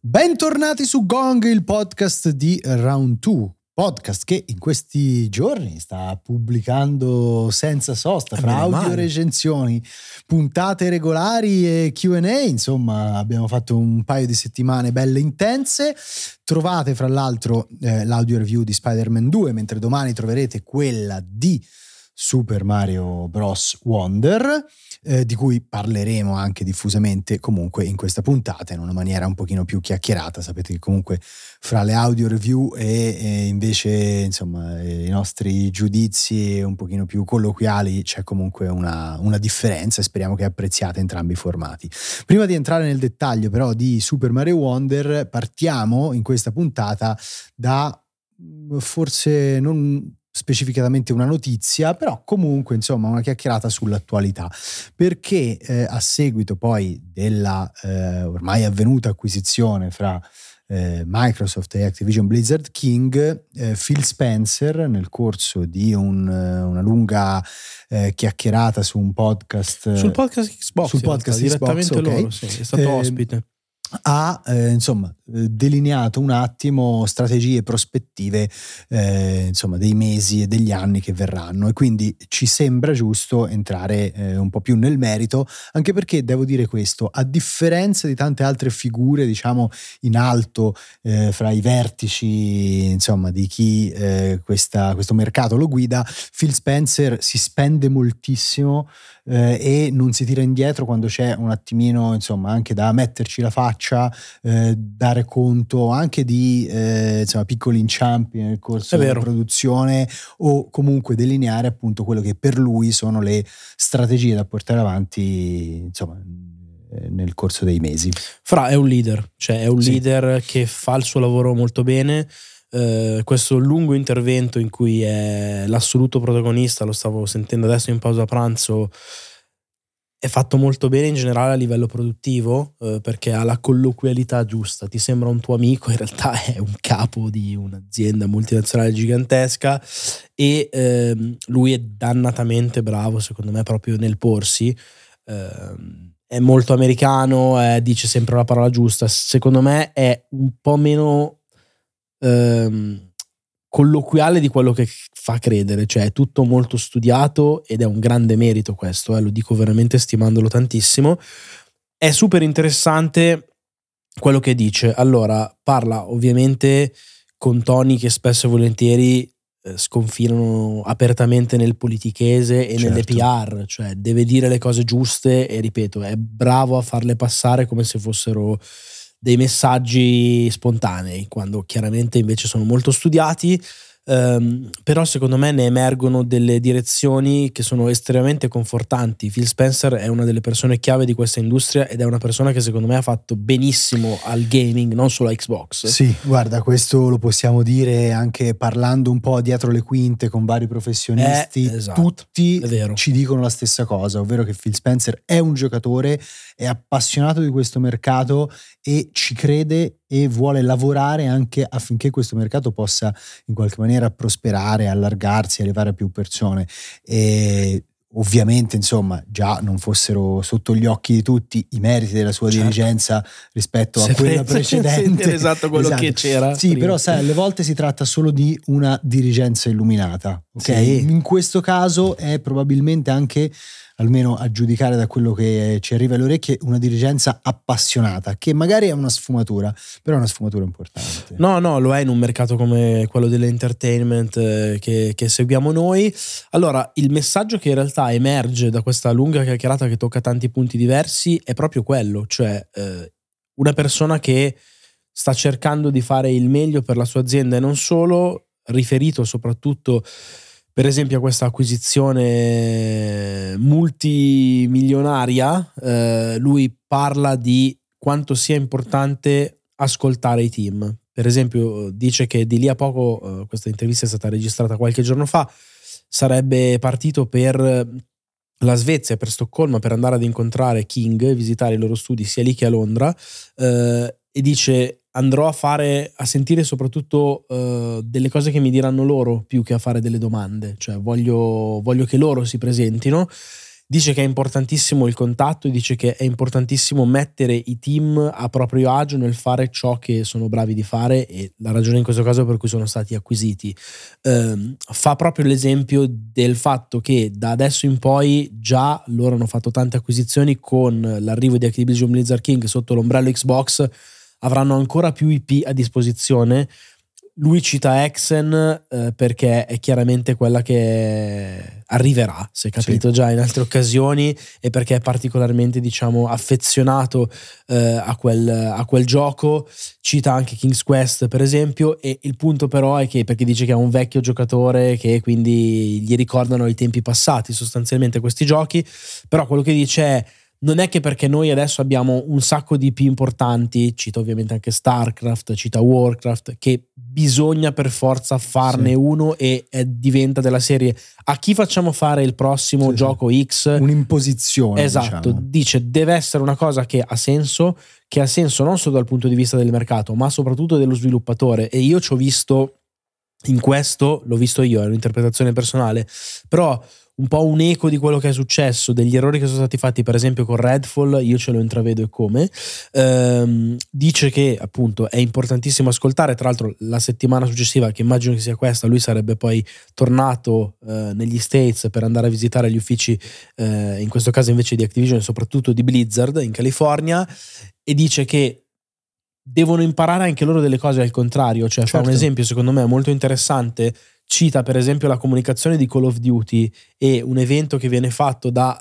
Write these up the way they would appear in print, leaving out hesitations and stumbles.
Bentornati su Gong, il podcast di Round 2, podcast che in questi giorni sta pubblicando senza sosta, fra audio recensioni, puntate regolari e Q&A. Insomma, abbiamo fatto un paio di settimane belle intense. Trovate fra l'altro l'audio review di Spider-Man 2, mentre domani troverete quella di Super Mario Bros. Wonder, di cui parleremo anche diffusamente comunque in questa puntata in una maniera un pochino più chiacchierata. Sapete che comunque fra le audio review e invece insomma i nostri giudizi un pochino più colloquiali c'è comunque una differenza, e speriamo che apprezziate entrambi i formati. Prima di entrare nel dettaglio però di Super Mario Wonder, partiamo in questa puntata da forse non specificatamente una notizia, però comunque insomma una chiacchierata sull'attualità, perché a seguito poi della ormai avvenuta acquisizione fra Microsoft e Activision Blizzard King, Phil Spencer, nel corso di una lunga chiacchierata su un podcast, sul podcast Xbox, direttamente okay, loro, sì, è stato ospite, ha insomma delineato un attimo strategie e prospettive insomma dei mesi e degli anni che verranno, e quindi ci sembra giusto entrare un po' più nel merito, anche perché devo dire questo: a differenza di tante altre figure diciamo in alto fra i vertici insomma di chi questo mercato lo guida, Phil Spencer si spende moltissimo e non si tira indietro quando c'è un attimino insomma anche da metterci la faccia, dare conto anche di insomma piccoli inciampi nel corso della produzione, o comunque delineare appunto quello che per lui sono le strategie da portare avanti insomma nel corso dei mesi. Fra è un leader, cioè è un leader che fa il suo lavoro molto bene. Questo lungo intervento in cui è l'assoluto protagonista, lo stavo sentendo adesso in pausa pranzo, è fatto molto bene in generale a livello produttivo, perché ha la colloquialità giusta. Ti sembra un tuo amico, in realtà è un capo di un'azienda multinazionale gigantesca, e lui è dannatamente bravo secondo me proprio nel porsi. È molto americano, dice sempre la parola giusta. Secondo me è un po' meno colloquiale di quello che fa credere, cioè è tutto molto studiato ed è un grande merito questo, lo dico veramente stimandolo tantissimo. È super interessante quello che dice. Allora, parla ovviamente con toni che spesso e volentieri sconfinano apertamente nel politichese e nelle PR, cioè deve dire le cose giuste, e ripeto, è bravo a farle passare come se fossero dei messaggi spontanei, quando chiaramente invece sono molto studiati. Però secondo me ne emergono delle direzioni che sono estremamente confortanti. Phil Spencer è una delle persone chiave di questa industria ed è una persona che secondo me ha fatto benissimo al gaming, non solo a Xbox. Sì, guarda, questo lo possiamo dire anche parlando un po' dietro le quinte con vari professionisti. Esatto, tutti ci dicono la stessa cosa, ovvero che Phil Spencer è un giocatore, è appassionato di questo mercato e ci crede e vuole lavorare anche affinché questo mercato possa in qualche maniera prosperare, allargarsi, arrivare a più persone. E ovviamente insomma già non fossero sotto gli occhi di tutti i meriti della sua dirigenza rispetto a quella precedente. Esatto, quello che c'era. Sì, prima. Però sai, alle volte si tratta solo di una dirigenza illuminata, ok? Sì. In questo caso è probabilmente anche, almeno a giudicare da quello che ci arriva alle orecchie, una dirigenza appassionata, che magari è una sfumatura, però è una sfumatura importante. No, lo è in un mercato come quello dell'entertainment che seguiamo noi. Allora, il messaggio che in realtà emerge da questa lunga chiacchierata che tocca tanti punti diversi è proprio quello, cioè una persona che sta cercando di fare il meglio per la sua azienda, e non solo, riferito soprattutto per esempio a questa acquisizione multimilionaria. Lui parla di quanto sia importante ascoltare i team. Per esempio dice che di lì a poco, questa intervista è stata registrata qualche giorno fa, sarebbe partito per la Svezia, per Stoccolma, per andare ad incontrare King, visitare i loro studi sia lì che a Londra, e dice: andrò a sentire soprattutto delle cose che mi diranno loro più che a fare delle domande, cioè voglio che loro si presentino. Dice che è importantissimo il contatto, dice che è importantissimo mettere i team a proprio agio nel fare ciò che sono bravi di fare, e la ragione in questo caso per cui sono stati acquisiti. Fa proprio l'esempio del fatto che da adesso in poi già loro hanno fatto tante acquisizioni, con l'arrivo di Activision Blizzard King sotto l'ombrello Xbox avranno ancora più IP a disposizione. Lui cita Exen perché è chiaramente quella che arriverà, si è capito già in altre occasioni, e perché è particolarmente, diciamo, affezionato a quel gioco. Cita anche King's Quest per esempio, e il punto però è che, perché dice che è un vecchio giocatore che quindi gli ricordano i tempi passati sostanzialmente questi giochi, però quello che dice è: non è che perché noi adesso abbiamo un sacco di IP importanti, cita ovviamente anche StarCraft, cita Warcraft, che bisogna per forza farne uno e diventa della serie a chi facciamo fare il prossimo gioco X. Un'imposizione. Esatto, diciamo. Dice deve essere una cosa che ha senso non solo dal punto di vista del mercato, ma soprattutto dello sviluppatore. E io ci ho visto in questo, l'ho visto io, è un'interpretazione personale, però un po' un eco di quello che è successo, degli errori che sono stati fatti per esempio con Redfall, io ce lo intravedo e come. Dice che appunto è importantissimo ascoltare, tra l'altro la settimana successiva, che immagino che sia questa, lui sarebbe poi tornato negli States per andare a visitare gli uffici, in questo caso invece di Activision, soprattutto di Blizzard in California, e dice che devono imparare anche loro delle cose al contrario, cioè fa un esempio secondo me molto interessante. Cita per esempio la comunicazione di Call of Duty e un evento che viene fatto da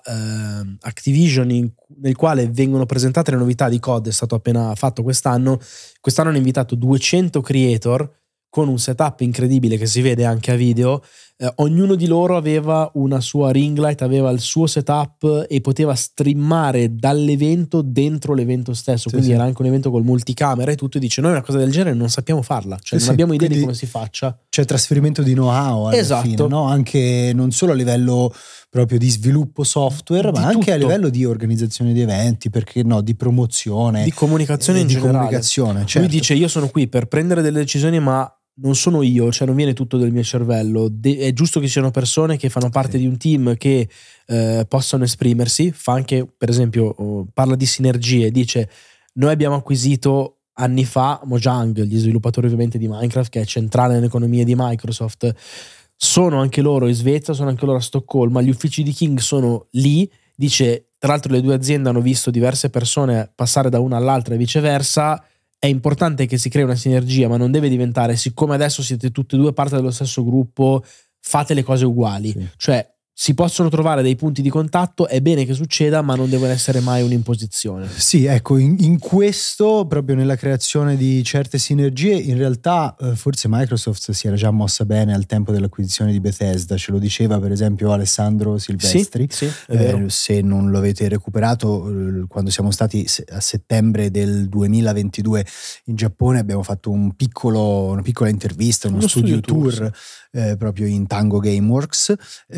Activision nel quale vengono presentate le novità di COD, è stato appena fatto quest'anno hanno invitato 200 creator con un setup incredibile che si vede anche a video. Ognuno di loro aveva una sua ring light, aveva il suo setup e poteva streamare dall'evento dentro l'evento stesso, quindi era anche un evento col multicamera e tutto, e dice noi una cosa del genere non sappiamo farla, cioè non abbiamo idea di come si faccia. C'è trasferimento di know-how alla fine, no? Anche non solo a livello proprio di sviluppo software, ma anche a livello di organizzazione di eventi, perché no, di promozione, di comunicazione in generale. Comunicazione, Lui dice io sono qui per prendere delle decisioni, ma non sono io, cioè non viene tutto del mio cervello, è giusto che ci siano persone che fanno parte di un team che possano esprimersi. Fa anche per esempio, parla di sinergie, dice noi abbiamo acquisito anni fa Mojang, gli sviluppatori ovviamente di Minecraft, che è centrale nell'economia di Microsoft, sono anche loro in Svezia, sono anche loro a Stoccolma, gli uffici di King sono lì. Dice tra l'altro le due aziende hanno visto diverse persone passare da una all'altra e viceversa. È importante che si crei una sinergia, ma non deve diventare, siccome adesso siete tutte e due parte dello stesso gruppo, fate le cose uguali. Cioè si possono trovare dei punti di contatto, è bene che succeda, ma non devono essere mai un'imposizione. Sì, ecco, in questo, proprio nella creazione di certe sinergie, in realtà forse Microsoft si era già mossa bene al tempo dell'acquisizione di Bethesda, ce lo diceva per esempio Alessandro Silvestri. Sì, è vero. Se non lo avete recuperato, quando siamo stati a settembre del 2022 in Giappone abbiamo fatto una piccola intervista, uno studio tour proprio in Tango Gameworks,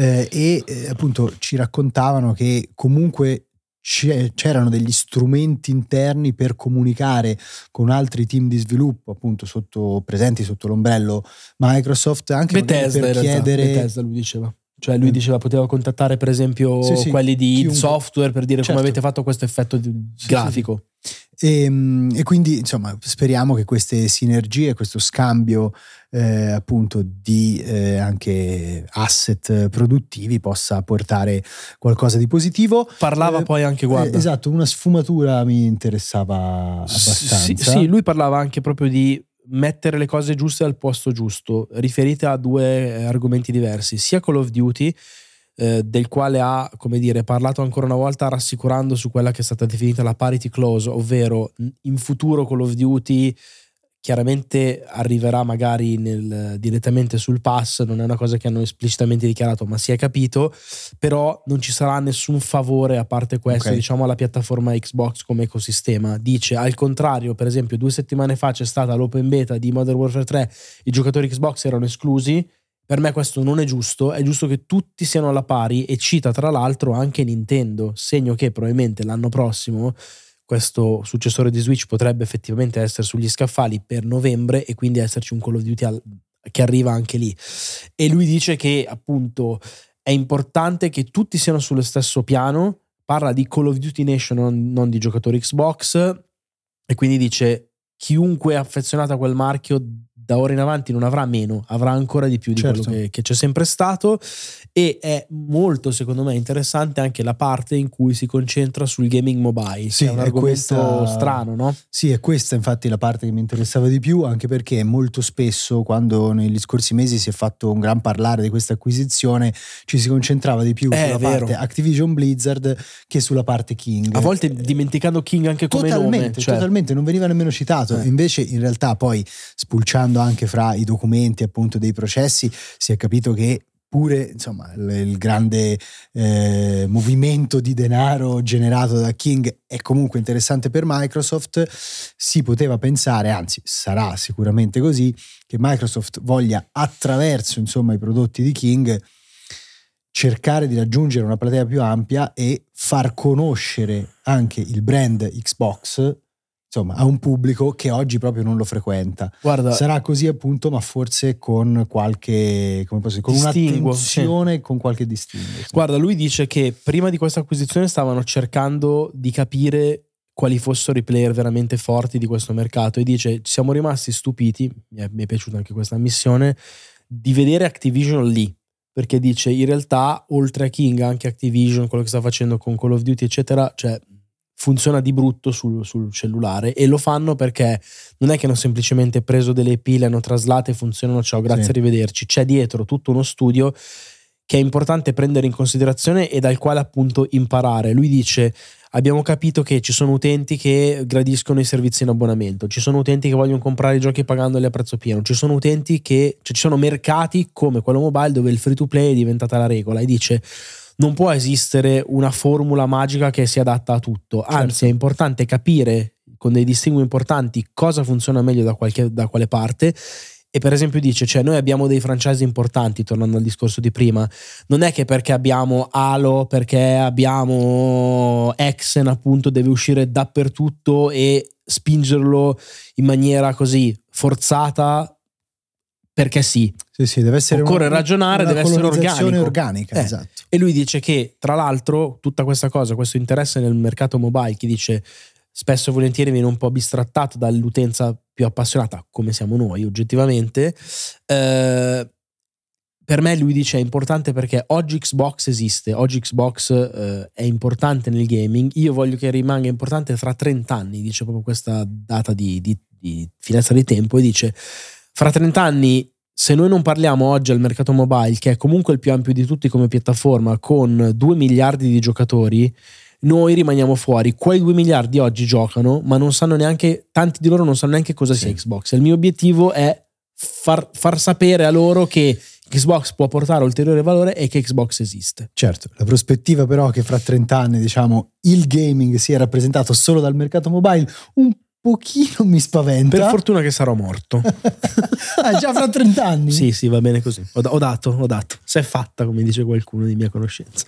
e appunto ci raccontavano che comunque c'erano degli strumenti interni per comunicare con altri team di sviluppo appunto presenti sotto l'ombrello Microsoft, anche Bethesda, per chiedere. Bethesda lui diceva. Cioè lui diceva poteva contattare per esempio quelli di id Software per dire come avete fatto questo effetto grafico. E quindi insomma speriamo che queste sinergie, questo scambio appunto di anche asset produttivi possa portare qualcosa di positivo. Parlava poi anche, guarda, esatto, una sfumatura mi interessava abbastanza. Sì, lui parlava anche proprio di mettere le cose giuste al posto giusto, riferite a due argomenti diversi, sia Call of Duty, del quale ha, come dire, parlato ancora una volta rassicurando su quella che è stata definita la parity clause, ovvero in futuro Call of Duty chiaramente arriverà magari direttamente sul pass, non è una cosa che hanno esplicitamente dichiarato ma si è capito, però non ci sarà nessun favore a parte questo, diciamo, alla piattaforma Xbox come ecosistema. Dice al contrario, per esempio 2 settimane fa c'è stata l'open beta di Modern Warfare 3, i giocatori Xbox erano esclusi. Per me questo non è giusto che tutti siano alla pari, e cita tra l'altro anche Nintendo, segno che probabilmente l'anno prossimo questo successore di Switch potrebbe effettivamente essere sugli scaffali per novembre e quindi esserci un Call of Duty che arriva anche lì. E lui dice che appunto è importante che tutti siano sullo stesso piano. Parla di Call of Duty Nation, non di giocatori Xbox, e quindi dice chiunque è affezionato a quel marchio da ora in avanti non avrà meno, avrà ancora di più di quello che c'è sempre stato. E è molto, secondo me, interessante anche la parte in cui si concentra sul gaming mobile. Sì, è un argomento strano, no? Sì, è questa infatti la parte che mi interessava di più, anche perché molto spesso, quando negli scorsi mesi si è fatto un gran parlare di questa acquisizione, ci si concentrava di più sulla parte Activision Blizzard che sulla parte King. A volte dimenticando King anche come nome. Totalmente, non veniva nemmeno citato. Invece in realtà poi, spulciando anche fra i documenti appunto dei processi, si è capito che pure insomma il grande movimento di denaro generato da King è comunque interessante per Microsoft. Si poteva pensare, anzi sarà sicuramente così, che Microsoft voglia, attraverso insomma i prodotti di King, cercare di raggiungere una platea più ampia e far conoscere anche il brand Xbox, insomma, a un pubblico che oggi proprio non lo frequenta. Guarda, sarà così appunto, ma forse con qualche, come posso dire, con un'attenzione, sì, con qualche distinguo. Sì. Guarda, lui dice che prima di questa acquisizione stavano cercando di capire quali fossero i player veramente forti di questo mercato, e dice siamo rimasti stupiti, mi è piaciuta anche questa ammissione, di vedere Activision lì, perché dice in realtà oltre a King anche Activision, quello che sta facendo con Call of Duty eccetera, cioè funziona di brutto sul cellulare, e lo fanno perché non è che hanno semplicemente preso delle pile, hanno traslate e funzionano, ciao, grazie, sì, arrivederci. C'è dietro tutto uno studio che è importante prendere in considerazione e dal quale appunto imparare. Lui dice abbiamo capito che ci sono utenti che gradiscono i servizi in abbonamento, ci sono utenti che vogliono comprare i giochi pagandoli a prezzo pieno, ci sono utenti che, cioè, ci sono mercati come quello mobile dove il free to play è diventata la regola, e dice non può esistere una formula magica che si adatta a tutto, anzi, certo, è importante capire con dei distinguo importanti cosa funziona meglio da quale parte. E per esempio dice, cioè noi abbiamo dei franchise importanti, tornando al discorso di prima, non è che perché abbiamo Halo, perché abbiamo Hexen appunto deve uscire dappertutto e spingerlo in maniera così forzata perché sì. Sì, deve essere occorre ragionare, deve essere organica, esatto. E lui dice che tra l'altro tutta questa cosa, questo interesse nel mercato mobile, che dice spesso e volentieri viene un po' bistrattato dall'utenza più appassionata come siamo noi oggettivamente, per me lui dice è importante perché oggi Xbox esiste, oggi Xbox è importante nel gaming, io voglio che rimanga importante fra 30 anni, dice proprio questa data di finestra di tempo, e dice fra 30 anni, se noi non parliamo oggi al mercato mobile, che è comunque il più ampio di tutti come piattaforma, con 2 miliardi di giocatori, noi rimaniamo fuori. Quei 2 miliardi oggi giocano, ma non sanno neanche, tanti di loro non sanno neanche cosa sia Xbox. Il mio obiettivo è far sapere a loro che Xbox può portare ulteriore valore e che Xbox esiste. Certo, la prospettiva però che fra 30 anni, diciamo, il gaming sia rappresentato solo dal mercato mobile, un pochino mi spaventa. Per fortuna che sarò morto. Già fra 30 anni? Sì, va bene così. Ho dato. Si è fatta, come dice qualcuno di mia conoscenza.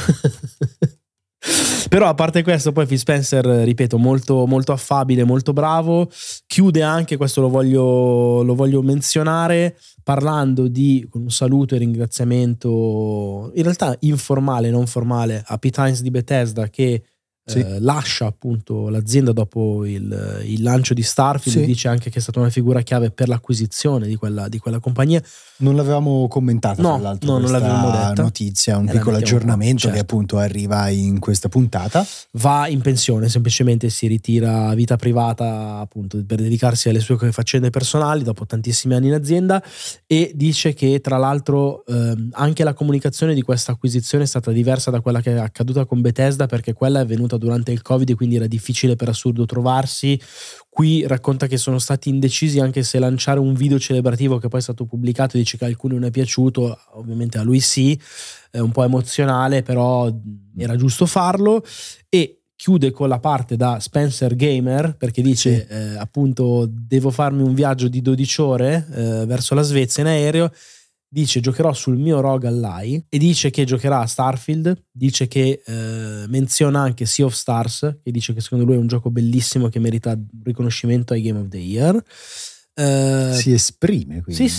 Però a parte questo, poi Phil Spencer, ripeto, molto, molto affabile, molto bravo. Chiude anche, questo lo voglio menzionare, parlando con un saluto e ringraziamento in realtà informale, non formale, a Pete Hines di Bethesda, che lascia appunto l'azienda dopo il lancio di Starfield. Dice anche che è stata una figura chiave per l'acquisizione di quella compagnia. Non l'avevamo commentata, tra l'altro, non l'avevamo detta. Notizia, un piccolo aggiornamento, certo, che appunto arriva in questa puntata. Va in pensione, semplicemente si ritira a vita privata appunto per dedicarsi alle sue faccende personali dopo tantissimi anni in azienda, e dice che tra l'altro anche la comunicazione di questa acquisizione è stata diversa da quella che è accaduta con Bethesda, perché quella è venuta durante il Covid e quindi era difficile per assurdo trovarsi. Qui racconta che sono stati indecisi anche se lanciare un video celebrativo, che poi è stato pubblicato, dice che a alcuni non è piaciuto, ovviamente a lui sì, è un po' emozionale, però era giusto farlo. E chiude con la parte da Spencer Gamer, perché dice appunto devo farmi un viaggio di 12 ore verso la Svezia in aereo. Dice giocherò sul mio ROG Ally, e dice che giocherà a Starfield, dice che menziona anche Sea of Stars, che dice che secondo lui è un gioco bellissimo che merita riconoscimento ai Game of the Year. Si esprime quindi. Sì,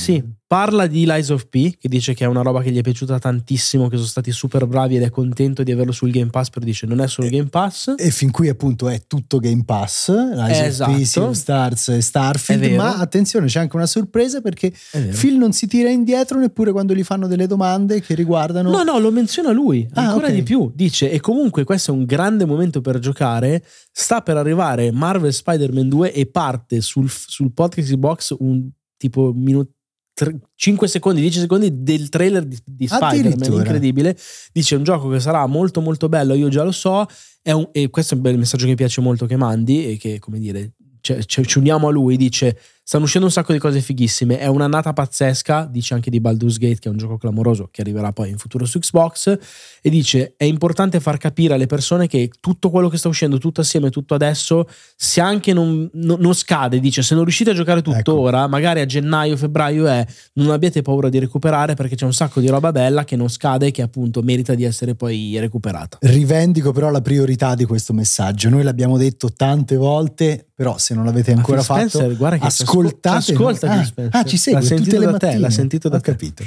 Parla di Lies of P, che dice che è una roba che gli è piaciuta tantissimo, che sono stati super bravi ed è contento di averlo sul Game Pass, però dice non è solo Game Pass. E fin qui appunto è tutto Game Pass, Lies of P, Sea of Stars e Starfield, ma attenzione, c'è anche una sorpresa perché Phil non si tira indietro neppure quando gli fanno delle domande che riguardano... No, lo menziona lui, ancora di più. Dice, e comunque questo è un grande momento per giocare, sta per arrivare Marvel Spider-Man 2 e parte sul podcast box un tipo minuto 5 secondi, 10 secondi del trailer di Spider-Man, incredibile. Dice un gioco che sarà molto molto bello, io già lo so, e questo è un bel messaggio che mi piace molto che mandi e che, come dire, ci uniamo a lui. Dice stanno uscendo un sacco di cose fighissime, è un'annata pazzesca. Dice anche di Baldur's Gate, che è un gioco clamoroso che arriverà poi in futuro su Xbox, e dice è importante far capire alle persone che tutto quello che sta uscendo tutto assieme, tutto adesso, se anche non scade, dice se non riuscite a giocare tutto ora, magari a gennaio, febbraio non abbiate paura di recuperare, perché c'è un sacco di roba bella che non scade e che appunto merita di essere poi recuperata. Rivendico però la priorità di questo messaggio, noi l'abbiamo detto tante volte, però se non l'avete ancora fatto, ascoltate. Ascolta, ci segue tutte le mattine. L'ha sentito da te. Ho capito.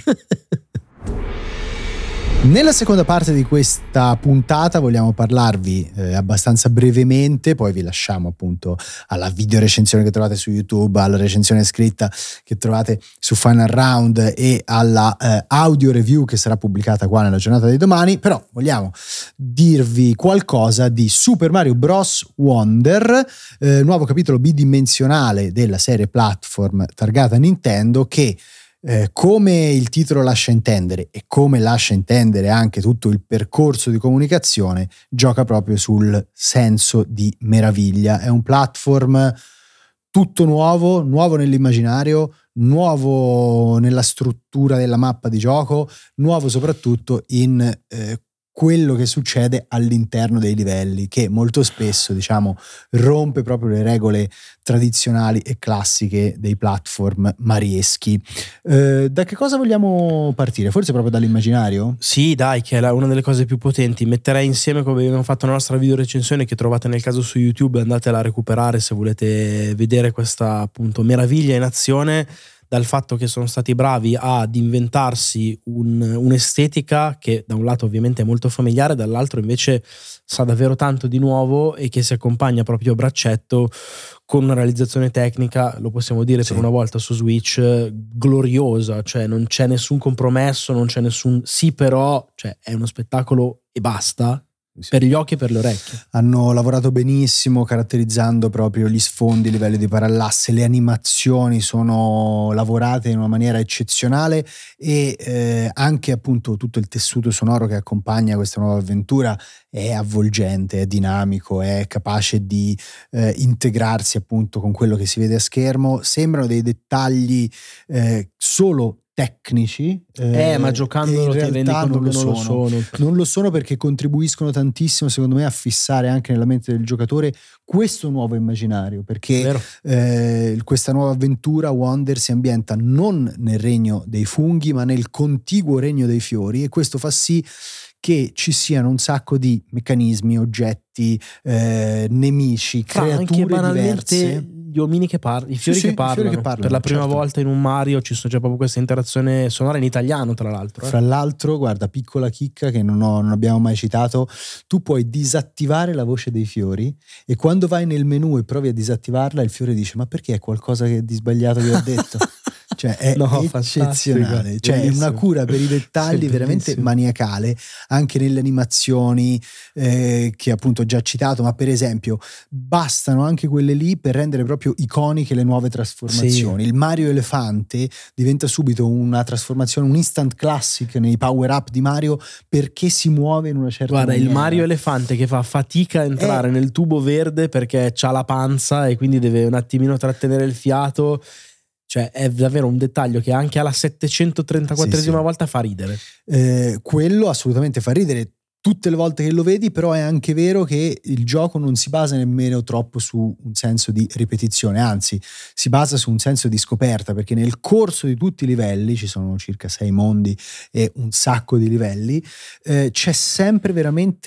Nella seconda parte di questa puntata vogliamo parlarvi abbastanza brevemente, poi vi lasciamo appunto alla video recensione che trovate su YouTube, alla recensione scritta che trovate su Final Round e alla audio review che sarà pubblicata qua nella giornata di domani. Però vogliamo dirvi qualcosa di Super Mario Bros. Wonder, nuovo capitolo bidimensionale della serie platform targata Nintendo, che come il titolo lascia intendere e come lascia intendere anche tutto il percorso di comunicazione, gioca proprio sul senso di meraviglia. È un platform tutto nuovo nell'immaginario, nuovo nella struttura della mappa di gioco, nuovo soprattutto in quello che succede all'interno dei livelli, che molto spesso, diciamo, rompe proprio le regole tradizionali e classiche dei platform marieschi. Da che cosa vogliamo partire? Forse proprio dall'immaginario? Sì, dai, che è una delle cose più potenti. Metterei insieme, come abbiamo fatto la nostra video recensione che trovate nel caso su YouTube, andatela a recuperare se volete vedere questa appunto meraviglia in azione, dal fatto che sono stati bravi ad inventarsi un'estetica che da un lato ovviamente è molto familiare, dall'altro invece sa davvero tanto di nuovo e che si accompagna proprio a braccetto con una realizzazione tecnica, lo possiamo dire per una volta su Switch, gloriosa, cioè non c'è nessun compromesso, non c'è nessun sì però, cioè è uno spettacolo e basta. Per gli occhi e per le orecchie. Hanno lavorato benissimo caratterizzando proprio gli sfondi, i livelli di parallasse, le animazioni sono lavorate in una maniera eccezionale e anche appunto tutto il tessuto sonoro che accompagna questa nuova avventura è avvolgente, è dinamico, è capace di integrarsi appunto con quello che si vede a schermo. Sembrano dei dettagli solo tecnici, ma giocandolo ti rendi conto che non lo sono. Non lo sono, perché contribuiscono tantissimo secondo me a fissare anche nella mente del giocatore questo nuovo immaginario, perché questa nuova avventura Wonder si ambienta non nel regno dei funghi ma nel contiguo regno dei fiori, e questo fa sì che ci siano un sacco di meccanismi, oggetti, nemici, creature diverse. Gli omini che parlano, i fiori che parlano. Per la prima volta in un Mario c'è proprio questa interazione sonora in italiano, tra l'altro. Fra l'altro, guarda, piccola chicca che non abbiamo mai citato, tu puoi disattivare la voce dei fiori e quando vai nel menu e provi a disattivarla, il fiore dice: ma perché è qualcosa di sbagliato che ho detto? Cioè è eccezionale, cioè è una cura per i dettagli veramente maniacale, anche nelle animazioni che appunto ho già citato, ma per esempio bastano anche quelle lì per rendere proprio iconiche le nuove trasformazioni. Il Mario Elefante diventa subito una trasformazione, un instant classic nei power up di Mario, perché si muove in una certa maniera. Il Mario Elefante che fa fatica a entrare nel tubo verde perché c'ha la panza e quindi deve un attimino trattenere il fiato. Cioè è davvero un dettaglio che anche alla 734esima volta fa ridere. Quello assolutamente fa ridere tutte le volte che lo vedi, però è anche vero che il gioco non si basa nemmeno troppo su un senso di ripetizione, anzi si basa su un senso di scoperta, perché nel corso di tutti i livelli, ci sono circa 6 mondi e un sacco di livelli, c'è sempre veramente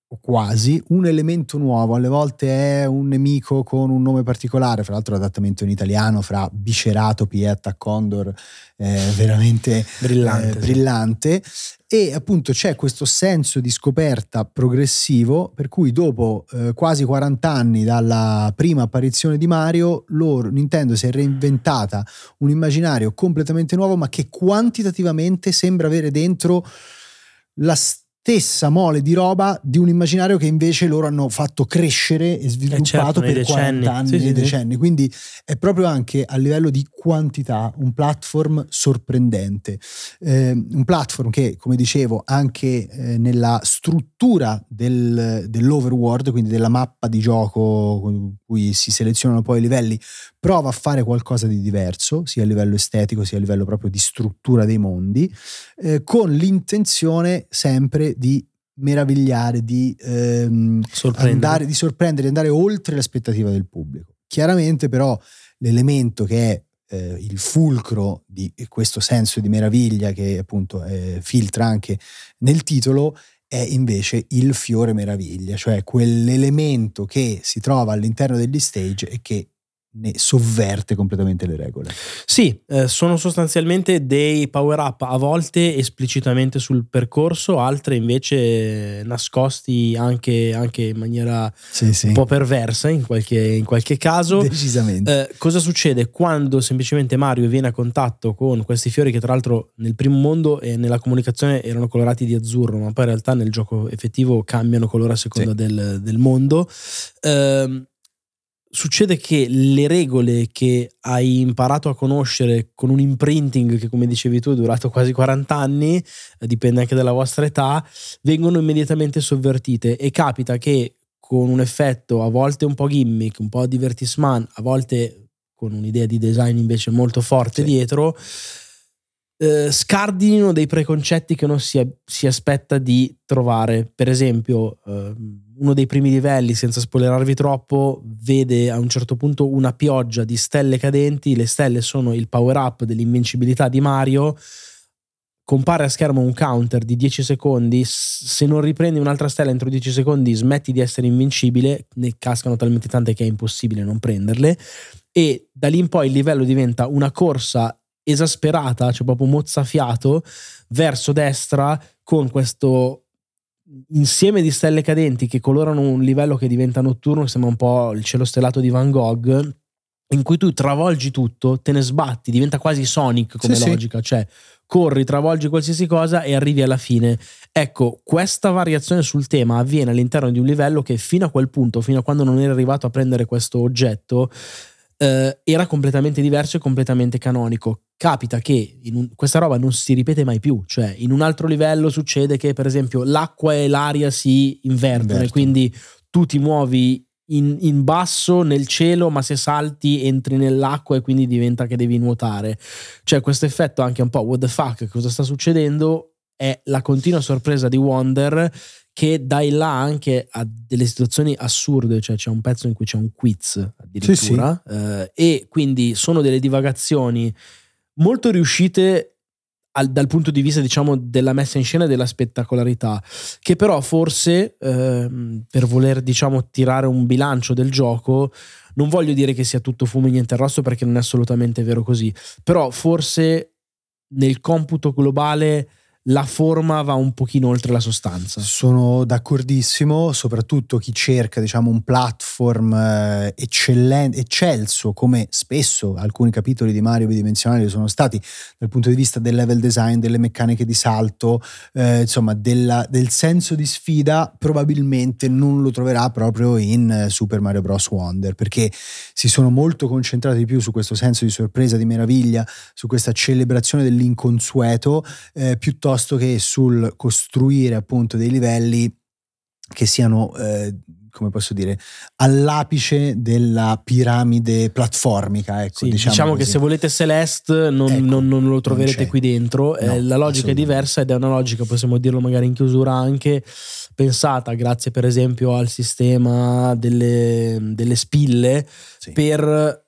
o quasi, un elemento nuovo. Alle volte è un nemico con un nome particolare, fra l'altro l'adattamento in italiano fra Bicerato, Pietta, Condor è veramente brillante. E appunto c'è questo senso di scoperta progressivo, per cui dopo quasi 40 anni dalla prima apparizione di Mario, Nintendo si è reinventata un immaginario completamente nuovo, ma che quantitativamente sembra avere dentro la stessa mole di roba di un immaginario che invece loro hanno fatto crescere e sviluppato per 40 anni e decenni. Quindi è proprio anche a livello di quantità un platform sorprendente, un platform che, come dicevo, anche nella struttura dell'overworld, quindi della mappa di gioco con cui si selezionano poi i livelli, prova a fare qualcosa di diverso, sia a livello estetico sia a livello proprio di struttura dei mondi, con l'intenzione sempre di meravigliare, di sorprendere, di andare oltre l'aspettativa del pubblico. Chiaramente però l'elemento che è il fulcro di questo senso di meraviglia, che appunto filtra anche nel titolo, è invece il fiore meraviglia, cioè quell'elemento che si trova all'interno degli stage e che ne sovverte completamente le regole. Sì, sono sostanzialmente dei power up, a volte esplicitamente sul percorso, altre invece nascosti anche in maniera un po' perversa in qualche caso. Decisamente. Cosa succede quando semplicemente Mario viene a contatto con questi fiori, che tra l'altro nel primo mondo e nella comunicazione erano colorati di azzurro, ma poi in realtà nel gioco effettivo cambiano colore a seconda del mondo. Succede che le regole che hai imparato a conoscere con un imprinting che, come dicevi tu, è durato quasi 40 anni, dipende anche dalla vostra età, vengono immediatamente sovvertite, e capita che con un effetto a volte un po' gimmick, un po' divertissement, a volte con un'idea di design invece molto forte dietro, scardinino dei preconcetti che uno si aspetta di trovare. Per esempio, uno dei primi livelli, senza spoilerarvi troppo, vede a un certo punto una pioggia di stelle cadenti. Le stelle sono il power up dell'invincibilità di Mario. Compare a schermo un counter di 10 secondi, se non riprendi un'altra stella entro 10 secondi smetti di essere invincibile, ne cascano talmente tante che è impossibile non prenderle, e da lì in poi il livello diventa una corsa esasperata, cioè proprio mozzafiato verso destra, con questo insieme di stelle cadenti che colorano un livello che diventa notturno, che sembra un po' il cielo stellato di Van Gogh, in cui tu travolgi tutto, te ne sbatti, diventa quasi Sonic come logica, cioè corri, travolgi qualsiasi cosa e arrivi alla fine. Ecco, questa variazione sul tema avviene all'interno di un livello che fino a quel punto, fino a quando non eri arrivato a prendere questo oggetto, era completamente diverso e completamente canonico. Capita che questa roba non si ripete mai più, cioè in un altro livello succede che per esempio l'acqua e l'aria si invertono. E quindi tu ti muovi in basso nel cielo, ma se salti entri nell'acqua e quindi diventa che devi nuotare. Cioè questo effetto anche un po' what the fuck, cosa sta succedendo, è la continua sorpresa di Wonder, che dai là anche a delle situazioni assurde. Cioè c'è un pezzo in cui c'è un quiz addirittura, e quindi sono delle divagazioni molto riuscite dal punto di vista, diciamo, della messa in scena e della spettacolarità, che però forse per voler, diciamo, tirare un bilancio del gioco, non voglio dire che sia tutto fumo e niente arrosto, perché non è assolutamente vero così, però forse nel computo globale la forma va un pochino oltre la sostanza. Sono d'accordissimo, soprattutto chi cerca, diciamo, un platform eccelso, come spesso alcuni capitoli di Mario bidimensionali sono stati dal punto di vista del level design, delle meccaniche di salto, insomma del senso di sfida. Probabilmente non lo troverà proprio in Super Mario Bros. Wonder, perché si sono molto concentrati di più su questo senso di sorpresa, di meraviglia, su questa celebrazione dell'inconsueto, piuttosto che sul costruire appunto dei livelli che siano, come posso dire, all'apice della piramide platformica. Ecco, sì, diciamo che se volete Celeste non lo troverete qui dentro. No, la logica è diversa, ed è una logica, possiamo dirlo magari in chiusura anche, pensata grazie per esempio al sistema delle spille, per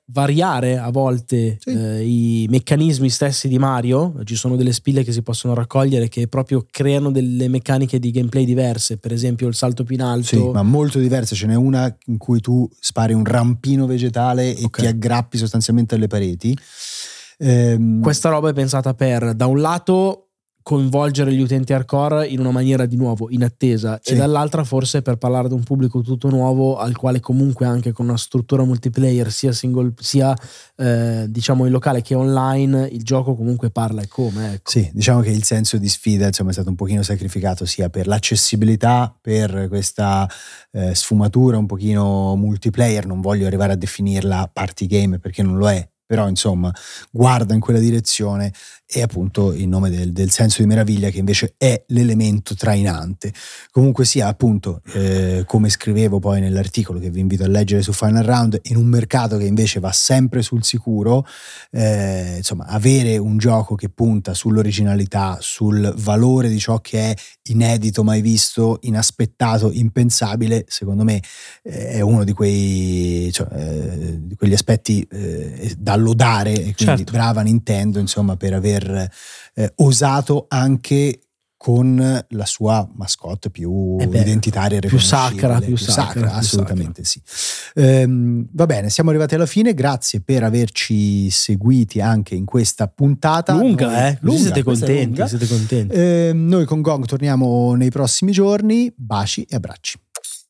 variare a volte i meccanismi stessi di Mario. Ci sono delle spille che si possono raccogliere che proprio creano delle meccaniche di gameplay diverse, per esempio il salto più in alto. Sì, ma molto diverse. Ce n'è una in cui tu spari un rampino vegetale e ti aggrappi sostanzialmente alle pareti. Questa roba è pensata per, da un lato, coinvolgere gli utenti hardcore in una maniera di nuovo inattesa, e dall'altra forse per parlare ad un pubblico tutto nuovo, al quale comunque anche con una struttura multiplayer sia single sia diciamo in locale che online, il gioco comunque parla e come, ecco. Sì, diciamo che il senso di sfida insomma è stato un pochino sacrificato sia per l'accessibilità, per questa sfumatura un pochino multiplayer. Non voglio arrivare a definirla party game perché non lo è, però insomma guarda in quella direzione, e appunto in nome del senso di meraviglia che invece è l'elemento trainante. Comunque sia, appunto come scrivevo poi nell'articolo che vi invito a leggere su Final Round, in un mercato che invece va sempre sul sicuro, insomma avere un gioco che punta sull'originalità, sul valore di ciò che è inedito, mai visto, inaspettato, impensabile, secondo me è uno di quegli aspetti da lodare, e quindi brava Nintendo insomma per aver osato anche con la sua mascotte più identitaria e più sacra, assolutamente sì. Va bene, siamo arrivati alla fine, grazie per averci seguiti anche in questa puntata lunga. Siete contenti? Noi con Gong torniamo nei prossimi giorni, baci e abbracci.